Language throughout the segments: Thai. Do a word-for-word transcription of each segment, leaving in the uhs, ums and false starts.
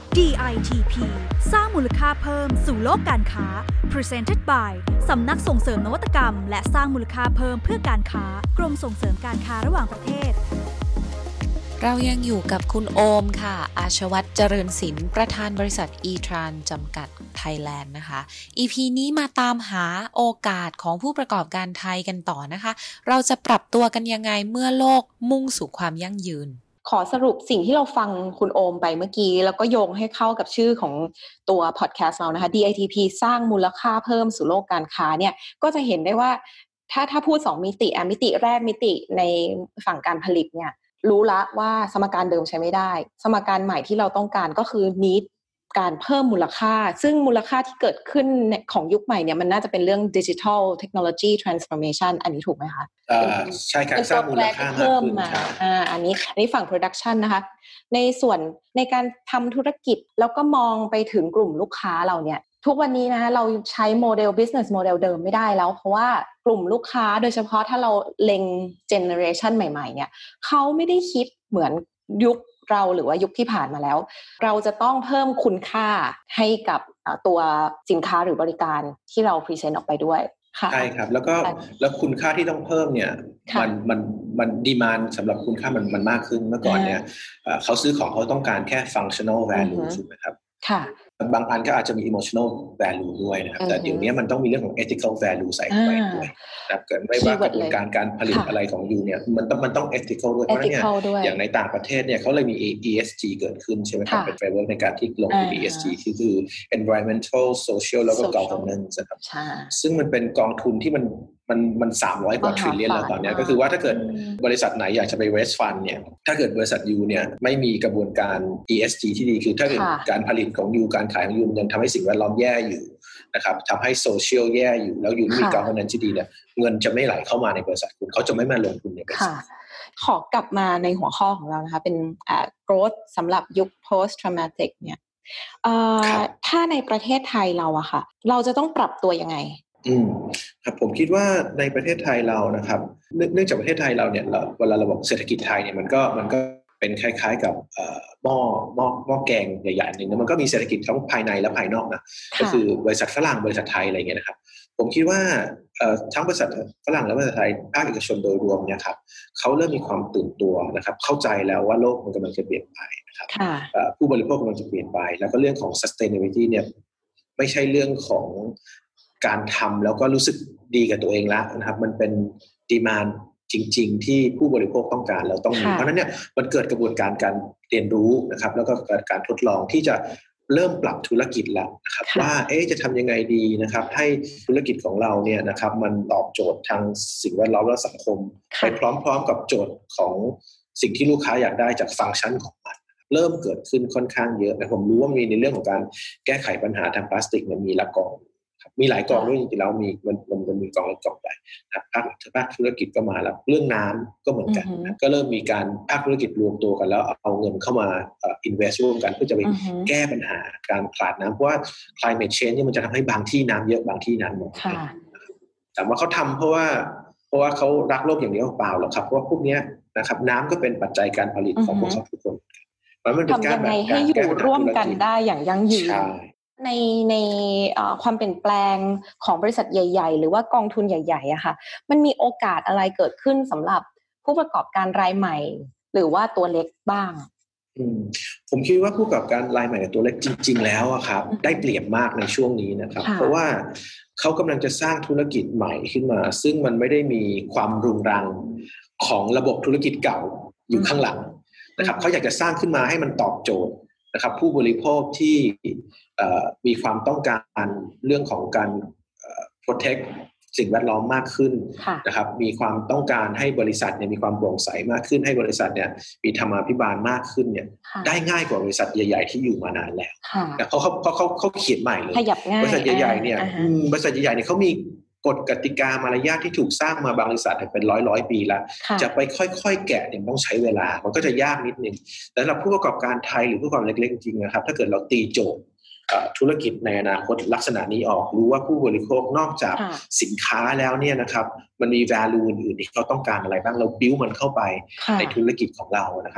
ดี ไอ ที พี สร้างมูลค่าเพิ่มสู่โลกการค้า Presented by สำนักส่งเสริมนวัตกรรมและสร้างมูลค่าเพิ่มเพื่อการค้ากรมส่งเสริมการค้าระหว่างประเทศเรายังอยู่กับคุณโอมค่ะอาชวัฒน์เจริญศิลป์ประธานบริษัท e-tran จำกัดไทยแลนด์นะคะ อี พี นี้มาตามหาโอกาสของผู้ประกอบการไทยกันต่อนะคะเราจะปรับตัวกันยังไงเมื่อโลกมุ่งสู่ความยั่งยืนขอสรุปสิ่งที่เราฟังคุณโอมไปเมื่อกี้แล้วก็โยงให้เข้ากับชื่อของตัวพอดแคสต์เรานะคะ ดี ไอ ที พี สร้างมูลค่าเพิ่มสู่โลกการค้าเนี่ยก็จะเห็นได้ว่าถ้าถ้าพูดสองมิติอ่ะมิติแรกมิติในฝั่งการผลิตเนี่ยรู้ละว่าสมการเดิมใช้ไม่ได้สมการใหม่ที่เราต้องการก็คือ need การเพิ่มมูลค่าซึ่งมูลค่าที่เกิดขึ้นของยุคใหม่เนี่ยมันน่าจะเป็นเรื่อง digital technology transformation อันนี้ถูกไหมคะอ่าใช่ครับสร้างมูลค่าเพิ่มมาอ่าอันนี้อันนี้ฝั่ง production นะคะในส่วนในการทำธุรกิจแล้วก็มองไปถึงกลุ่มลูกค้าเราเนี่ยทุกวันนี้นะเราใช้โมเดล business model เดิมไม่ได้แล้วเพราะว่ากลุ่มลูกค้าโดยเฉพาะถ้าเราเล็ง generation ใหม่ๆเนี่ยเขาไม่ได้คิดเหมือนยุคเราหรือว่ายุคที่ผ่านมาแล้วเราจะต้องเพิ่มคุณค่าให้กับตัวสินค้าหรือบริการที่เราพรีเซนต์ออกไปด้วยใช่ครับแล้วก็แล้วคุณค่าที่ต้องเพิ่มเนี่ยมันมันมันดีมานด์สำหรับคุณค่ามันมันมากขึ้นเมื่อก่อนเนี่ยเขาซื้อของเขาต้องการแค่ functional value ถูกไหมครับค่ะบางอันก็อาจจะมี emotional value ด้วยนะครับแต่เดี๋ยวนี้มันต้องมีเรื่องของ ethical value ใส่เข้าไปด้วยนะครับเกิดไม่ว่ากระบวนการการผลิตอะไรของยูเนี่ยมันต้องมันต้อง ethical ด้วยเพราะเนี่ยอย่างในต่างประเทศเนี่ยเขาเลยมี อี เอส จี เกิดขึ้นใช่ไหมครับเป็น framework ในการที่ลง อี เอส จี ที่คือ environmental social แล้วก็ governance นะครับซึ่งมันเป็นกองทุนที่มันมันมันสามร้อยกว่า trillion แล้วตอนนี้ก็คือว่าถ้าเกิดบริษัทไหนอยากจะไป raise fund เนี่ยถ้าเกิดบริษัทยูเนี่ยไม่มีกระบวนการ อี เอส จี ที่ดีคือถ้าเกิดการผลิตของยูการขายของยูมันยังทำให้สิ่งแวดล้อมแย่อยู่นะครับทำให้โซเชียลแย่อยู่แล้วยูไม่มี governance ที่ดีเนี่ยเงินจะไม่ไหลเข้ามาในบริษัทคุณเขาจะไม่มาลงทุนในบริษัทขอกลับมาในหัวข้อของเรานะคะเป็น growth สำหรับยุค post traumatic เนี่ยถ้าในประเทศไทยเราอะค่ะเราจะต้องปรับตัวยังไงอืมครับผมคิดว่าในประเทศไทยเรานะครับเนื่องจากประเทศไทยเราเนี่ยเวลาเราบอกเศรษฐกิจไทยเนี่ยมันก็มันก็เป็นคล้ายๆกับหม้อหม้อหม้อแกงใหญ่ๆนึงนะมันก็มีเศรษฐกิจทั้งภายในและภายนอกนะก็คือบริษัทฝรั่งบริษัทไทยอะไรเงี้ยนะครับผมคิดว่าทั้งบริษัทฝรั่งและบริษัทไทยภาคเอกชนโดยรวมเนี่ยครับเขาเริ่มมีความตื่นตัวนะครับเข้าใจแล้วว่าโลกมันกำลังจะเปลี่ยนไปนะครับผู้บริโภคกำลังจะเปลี่ยนไปแล้วก็เรื่องของ sustainability เนี่ยไม่ใช่เรื่องของการทำแล้วก็รู้สึกดีกับตัวเองแล้วนะครับมันเป็นดีมานด์จริงๆที่ผู้บริโภคต้องการเราต้องมีเพราะนั้นเนี่ยมันเกิดกระบวนการการเรียนรู้นะครับแล้วก็เกิดการทดลองที่จะเริ่มปรับธุรกิจแล้วนะครับว่าเอ๊ะจะทำยังไงดีนะครับให้ธุรกิจของเราเนี่ยนะครับมันตอบโจทย์ทางสิ่งแวดล้อมและสังคมไปพร้อมๆกับโจทย์ของสิ่งที่ลูกค้าอยากได้จากฟังก์ชันของมันเริ่มเกิดขึ้นค่อนข้างเยอะนะผมรู้ว่ามีในเรื่องของการแก้ไขปัญหาทางพลาสติกมันมีละกองมีหลายกองด้วยจริงๆแล้วมีมันมันมันมีกองเล็กกองใหญ่นะภาคภาคธุรกิจก็มาแล้วเรื่องน้ำก็เหมือนกันนะก็เริ่มมีการภาคธุรกิจรวมตัวกันแล้วเอาเงินเข้ามาเอ่อ invest ร่วมกันเพื่อจะไปแก้ปัญหาการขาดน้ำเพราะว่า climate change เนี่ยมันจะทำให้บางที่น้ำเยอะบางที่น้ำน้อยแต่ว่าเขาทำเพราะว่าเพราะว่าเขารักโลกอย่างเดียวเปล่าหรอกครับเพราะว่าพวกนี้นะครับน้ำก็เป็นปัจจัยการผลิตของพวกเขาทุกคนมันเป็นการแบบให้อยู่ร่วมกันได้อย่างยั่งยืนในในความเปลี่ยนแปลงของบริษัทใหญ่ๆหรือว่ากองทุนใหญ่ๆอะค่ะมันมีโอกาสอะไรเกิดขึ้นสำหรับผู้ประกอบการรายใหม่หรือว่าตัวเล็กบ้างผมคิดว่าผู้ประกอบการรายใหม่กับตัวเล็กจริงๆแล้วอะครับได้เปรียบมากในช่วงนี้นะครับเพราะว่าเขากำลังจะสร้างธุรกิจใหม่ขึ้นมาซึ่งมันไม่ได้มีความรุงรังของระบบธุรกิจเก่าอยู่ข้างหลังนะครับเขาอยากจะสร้างขึ้นมาให้มันตอบโจทย์นะครับผู้บริโภคที่มีความต้องการเรื่องของการ protect สิ่งแวดล้อมมากขึ้นนะครับมีความต้องการให้บริษัทเนี่ยมีความโปร่งใสมากขึ้นให้บริษัทเนี่ยมีธรรมาภิบาลมากขึ้นเนี่ยได้ง่ายกว่าบริษัทใหญ่ๆที่อยู่มานานแล้วแต่เขาเขาเขาเขาเขียนใหม่เลยบริษัทใหญ่ๆเนี่ยบริษัทใหญ่ๆเนี่ยเขามีกฎกติกามารยาทที่ถูกสร้างมาบางบริษัทเป็นร้อยร้อยปีแล้วจะไปค่อยๆแกะเนี่ยต้องใช้เวลามันก็จะยากนิดนึงแต่สำหรับผู้ประกอบการไทยหรือผู้ประกอบเล็กๆจริงๆนะครับถ้าเกิดเราตีโจทย์ธุรกิจในอนาคตลักษณะนี้ออกรู้ว่าผู้บริโภคนอกจากสินค้าแล้วเนี่ยนะครับมันมี value อื่นๆที่เขาต้องการอะไรบ้างเราบิ้วมันเข้าไปในธุรกิจของเรานะครับผ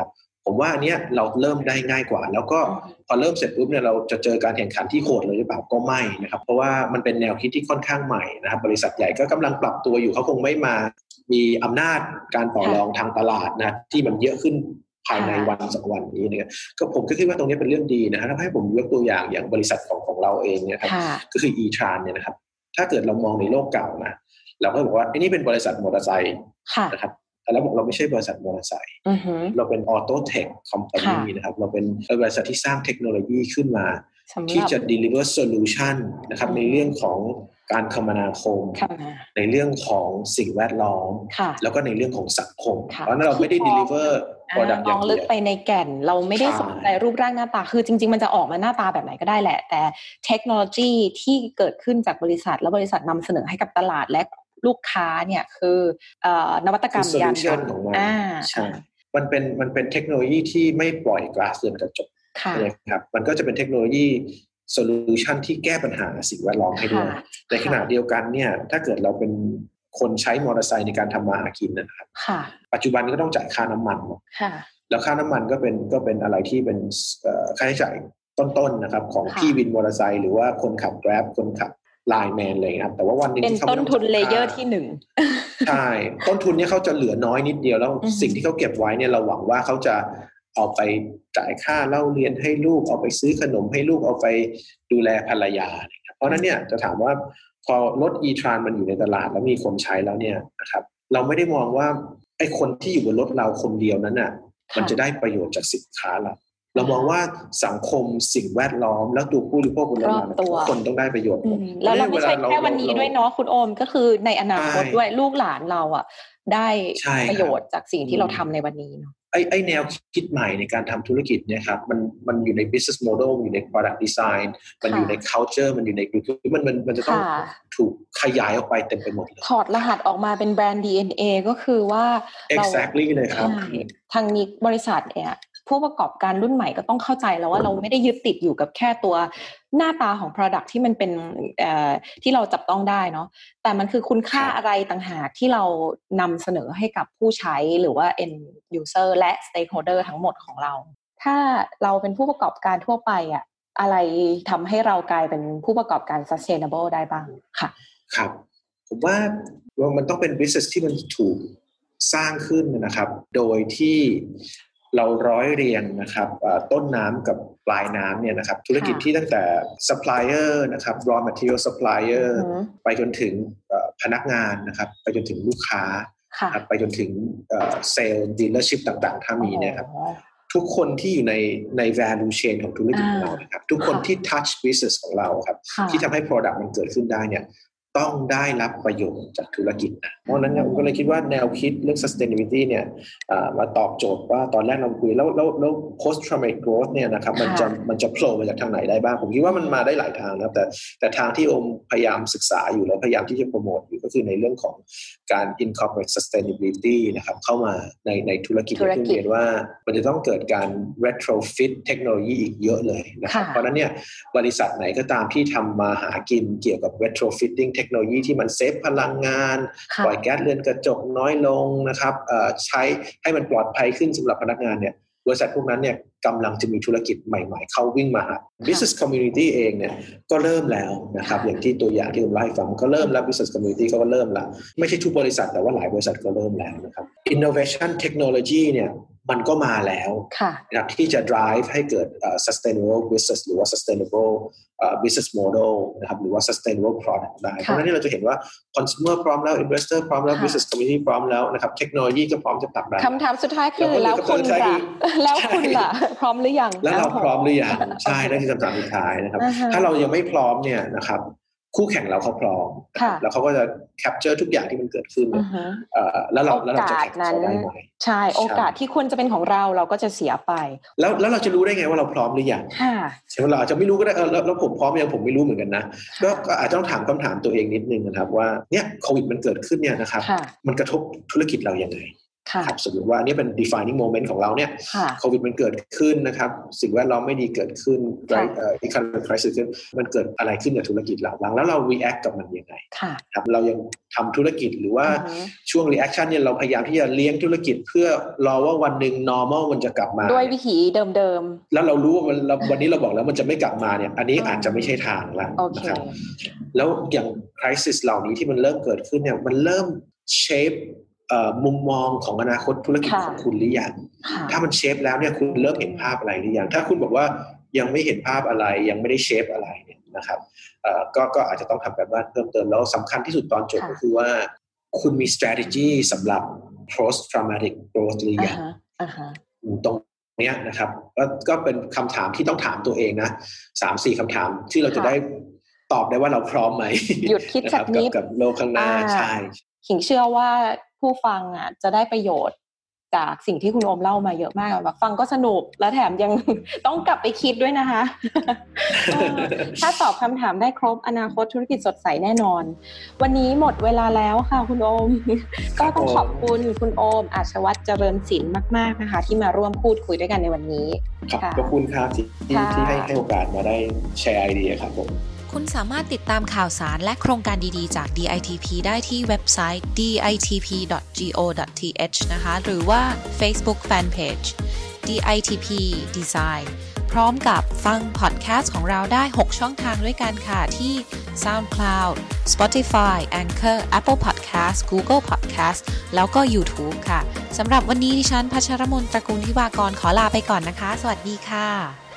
ผมว่าอันเนี้ยเราเริ่มได้ง่ายกว่าแล้วก็พอเริ่มเสร็จปุ๊บเนี่ยเราจะเจอการแข่งขันที่โหดเลยหรือเปล่าก็ไม่นะครับเพราะว่ามันเป็นแนวคิดที่ค่อนข้างใหม่นะครับบริษัทใหญ่ก็กำลังปรับตัวอยู่เขาคงไม่มามีอำนาจการต่อรองทางตลาดนะที่มันเยอะขึ้นภายในวันสองวันนี้นะครับก็ผมก็คิดว่าตรงนี้เป็นเรื่องดีนะถ้าให้ผมยกตัวอย่างอย่างบริษัทของของเราเองเนี่ยครับก็คือ e-tran เนี่ยนะครับถ้าเกิดเรามองในโลกเก่านะเราก็บอกว่าไอ้นี่เป็นบริษัทมอเตอร์ไซค์นะครับแต่เราบอกเราไม่ใช่บริษัทมอเตอร์ไซค์เราเป็นออโต้เทคคอมพานีนะครับเราเป็นบริษัทที่สร้างเทคโนโลยีขึ้นมาที่จะ deliver solution นะครับในเรื่องของการคมนาคมในเรื่องของสิ่งแวดล้อมแล้วก็ในเรื่องของสังคมเพราะนั้นเราไม่ได้ deliver product อย่างเดียวมองลึกไปในแก่นเราไม่ได้สนใจรูปร่างหน้าตาคือจริงๆมันจะออกมาหน้าตาแบบไหนก็ได้แหละแต่เทคโนโลยีที่เกิดขึ้นจากบริษัทแล้วบริษัทนำเสนอให้กับตลาดและลูกค้าเนี่ยคือนวัตกรรมยานยนต์ของมันใช่มันเป็นมันเป็นเทคโนโลยีที่ไม่ปล่อยก๊าซเรือนกระจกนะครับมันก็จะเป็นเทคโนโลยีโซลูชันที่แก้ปัญหาสิ่งแวดล้อมให้ด้วยในขณะเดียวกันเนี่ยถ้าเกิดเราเป็นคนใช้มอเตอร์ไซค์ในการทำมาหากินนะครับปัจจุบันก็ต้องจ่ายค่าน้ำมันแล้วค่าน้ำมันก็เป็นก็เป็นอะไรที่เป็นค่าใช้จ่ายต้นๆนะครับของพี่วินมอเตอร์ไซค์หรือว่าคนขับ Grab คนขับไลน์แมนเลยครับแต่ว่าวันนึงเป็นต้นทุนเลเยอร์ที่หนึ่งใช่ต้นทุนเนี่ยเขาจะเหลือน้อยนิดเดียวแล้วสิ่งที่เขาเก็บไว้เนี่ยเราหวังว่าเขาจะเอาไปจ่ายค่าเล่าเรียนให้ลูกเอาไปซื้อขนมให้ลูกเอาไปดูแลภรรยาเพราะนั้นเนี่ยจะถามว่าพอรถ e-tran มันอยู่ในตลาดแล้วมีคนใช้แล้วเนี่ยนะครับเราไม่ได้มองว่าไอ้คนที่อยู่บนรถเราคนเดียวนั้นน่ะมันจะได้ประโยชน์จากสินค้าเราเรามองว่าสังคมสิ่งแวดล้อมแล้วตัวผู้บริโภคบนรถเราทุกคนต้องได้ประโยชน์แล้วเราไม่ใช่แค่วันนี้ด้วยเนาะคุณโอมก็คือในอนาคตด้วยลูกหลานเราอ่ะได้ประโยชน์จากสิ่งที่เราทำในวันนี้เนาะไอ้ไอ้แนวคิดใหม่ในการทำธุรกิจเนี่ยครับมันมันอยู่ใน business model อยู่ใน product design มันอยู่ใน culture มันอยู่ในมันมันมันจะต้องถูกขยายออกไปเต็มไปหมดเลยถอดรหัสออกมาเป็นแบรนด์ ดี เอ็น เอ ก็คือว่า exactly เลยครับทางนี้บริษัทเนี่ยผู้ประกอบการรุ่นใหม่ก็ต้องเข้าใจแล้วว่าเราไม่ได้ยึดติดอยู่กับแค่ตัวหน้าตาของ product ที่มันเป็นเอ่อที่เราจับต้องได้เนาะแต่มันคือคุณค่าอะไรต่างหากที่เรานำเสนอให้กับผู้ใช้หรือว่า end user และ stakeholder ทั้งหมดของเราถ้าเราเป็นผู้ประกอบการทั่วไปอะอะไรทำให้เรากลายเป็นผู้ประกอบการ sustainable ได้บ้างค่ะครับผมว่ามันต้องเป็น business ที่มันถูกสร้างขึ้นนะครับโดยที่เราร้อยเรียงนะครับต้นน้ำกับปลายน้ำเนี่ยนะครับธุรกิจที่ตั้งแต่ supplier นะครับ raw material supplier ไปจนถึงพนักงานนะครับไปจนถึงลูกค้าไปจนถึง sales dealership ต่างๆถ้ามีเนี่ยครับทุกคนที่อยู่ในใน value chain ของธุรกิจของเรานะครับทุกคนที่ touch business ของเราครับที่ทำให้ product มันเกิดขึ้นได้เนี่ยต้องได้รับประโยชน์จากธุรกิจนะเพราะฉะนั้นผมก็เลยคิดว่าแนวคิดเรื่อง sustainability เนี่ยมาตอบโจทย์ว่าตอนแรกเราคุยแล้วแล้วแล้ว post traumatic growth เนี่ยนะครับมันจะมันจะโผล่มาจากทางไหนได้บ้างผมคิดว่ามันมาได้หลายทางนะแต่แต่ทางที่อมพยายามศึกษาอยู่แล้วพยายามที่จะโปรโมทอยู่ก็คือในเรื่องของการ incorporate sustainability นะครับเข้ามาในในธุรกิจที่เรียนว่ามันจะต้องเกิดการ retrofit เทคโนโลยีอีกเยอะเลยนะครับเพราะนั้นเนี่ยบริษัทไหนก็ตามที่ทำมาหากินเกี่ยวกับ retrofittingเทคโนโลยีที่มันเซฟพลังงานปล่อยแก๊สเรือนกระจกน้อยลงนะครับใช้ให้มันปลอดภัยขึ้นสำหรับพนักงานเนี่ยบริษัทพวกนั้นเนี่ยกำลังจะมีธุรกิจใหม่ๆเข้าวิ่งมาหา business community เองเนี่ยก็เริ่มแล้วนะครับอย่างที่ตัวอย่างที่ผมเล่าให้ฟังก็เริ่มแล้ว business community ก็เริ่มแล้วไม่ใช่ทุกบริษัทแต่ว่าหลายบริษัทก็เริ่มแล้วนะครับ innovation technology เนี่ยมันก็มาแล้วนะครับที่จะ drive ให้เกิด uh, sustainable business หรือว่า sustainable uh, business model นะครับหรือว่า sustainable product ได้เพราะฉะนั้นเราจะเห็นว่า consumer พร้อมแล้ว investor พร้อมแล้ว business community พร้อมแล้วนะครับเทคโนโลยีก็พร้อมจะปรับได้คำถามสุดท้ายคือแล้วคุณล่ะแล้วคุณล่ะพร้อมหรือยังแล้วเราพร้อมหรือยังใช่นั่นคือคำถามสุดท้ายนะครับถ้าเรายังไม่พร้อมเนี่ยนะครับคู่แข่งเราเขาพร้อมแล้วเขาก็จะแคปเจอร์ทุกอย่างที่มันเกิดขึ้นแล้วเราแล้วเราจะแข่งเขาได้ไหมใช่โอกาสที่ควรจะเป็นของเราเราก็จะเสียไปแล้วแล้วเราจะรู้ได้ไงว่าเราพร้อมหรือยังใช่ไหมเราอาจจะไม่รู้ก็ได้แล้วผมพร้อมยังผมไม่รู้เหมือนกันนะก็อาจจะต้องถามคำถามตัวเองนิดนึงนะครับว่าเนี่ยโควิดมันเกิดขึ้นเนี่ยนะครับมันกระทบธุรกิจเรายังไงครับสมมติว่าอันนี้เป็น defining moment ของเราเนี่ยโควิดมันเกิดขึ้นนะครับสิ่งแวดล้อมไม่ดีเกิดขึ้นเอ่อ economic crisis ขึ้นมันเกิดอะไรขึ้นกับธุรกิจเราบ้างแล้วเรา react กับมันยังไงครับเรายังทำธุรกิจหรือว่าช่วง reaction เนี่ยเราพยายามที่จะเลี้ยงธุรกิจเพื่อรอว่าวันหนึ่ง normal มันจะกลับมาด้วยวิถีเดิมๆแล้วเรารู้ว่าวันนี้เราบอกแล้วมันจะไม่กลับมาเนี่ยอันนี้อาจจะไม่ใช่ทางแล้วนะครับแล้วอย่าง crisis เหล่านี้ที่มันเริ่มเกิดขึ้นเนี่ยมันเริ่ม shape มุมมองของอนาคตธุรกิจของคุณหรือยังถ้ามันเชฟแล้วเนี่ยคุณเริ่มเห็นภาพอะไรหรือยังถ้าคุณบอกว่ายังไม่เห็นภาพอะไรยังไม่ได้เชฟอะไรเนี่ยนะครับก็ก็อาจจะต้องทำแบบว่าเพิ่มเติมแล้วสำคัญที่สุดตอนจบก็คือว่าคุณมี strategy สำหรับ post traumatic growth หรือยังตรงเนี้ยนะครับก็ก็เป็นคำถามที่ต้องถามตัวเองนะ สามสี่ คำถามที่เราจะได้ตอบได้ว่าเราพร้อมไหมหยุดคิดสักนิดกับโลกข้างหน้าใช่ขิงเชื่อว่าผู้ฟังอ่ะจะได้ประโยชน์จากสิ่งที่คุณโอมเล่ามาเยอะมากแบบฟังก็สนุกและแถมยังต้องกลับไปคิดด้วยนะคะ ถ้าตอบคำถามได้ครบอนาคตธุรกิจสดใสแน่นอนวันนี้หมดเวลาแล้วค่ะคุณโอม ก็ต้องขอบคุณคุณโอมอาชวัฒน์เจริญศิลป์มากๆนะคะที่มาร่วมพูดคุยด้วยกันในวันนี้ขอบคุณครับที่ที่ให้ให้โอกาสมาได้แชร์ไอเดียครับผมคุณสามารถติดตามข่าวสารและโครงการดีๆจาก ดี ไอ ที พี ได้ที่เว็บไซต์ ดี ไอ ที พี ดอท จี โอ ดอท ที เอช นะคะหรือว่า Facebook Fanpage ดี ไอ ที พี Design พร้อมกับฟังพอดแคสต์ของเราได้หกช่องทางด้วยกันค่ะที่ SoundCloud Spotify Anchor Apple Podcast Google Podcast แล้วก็ YouTube ค่ะสำหรับวันนี้ดิฉันพัชรมนตระกูลธิวากรขอลาไปก่อนนะคะสวัสดีค่ะ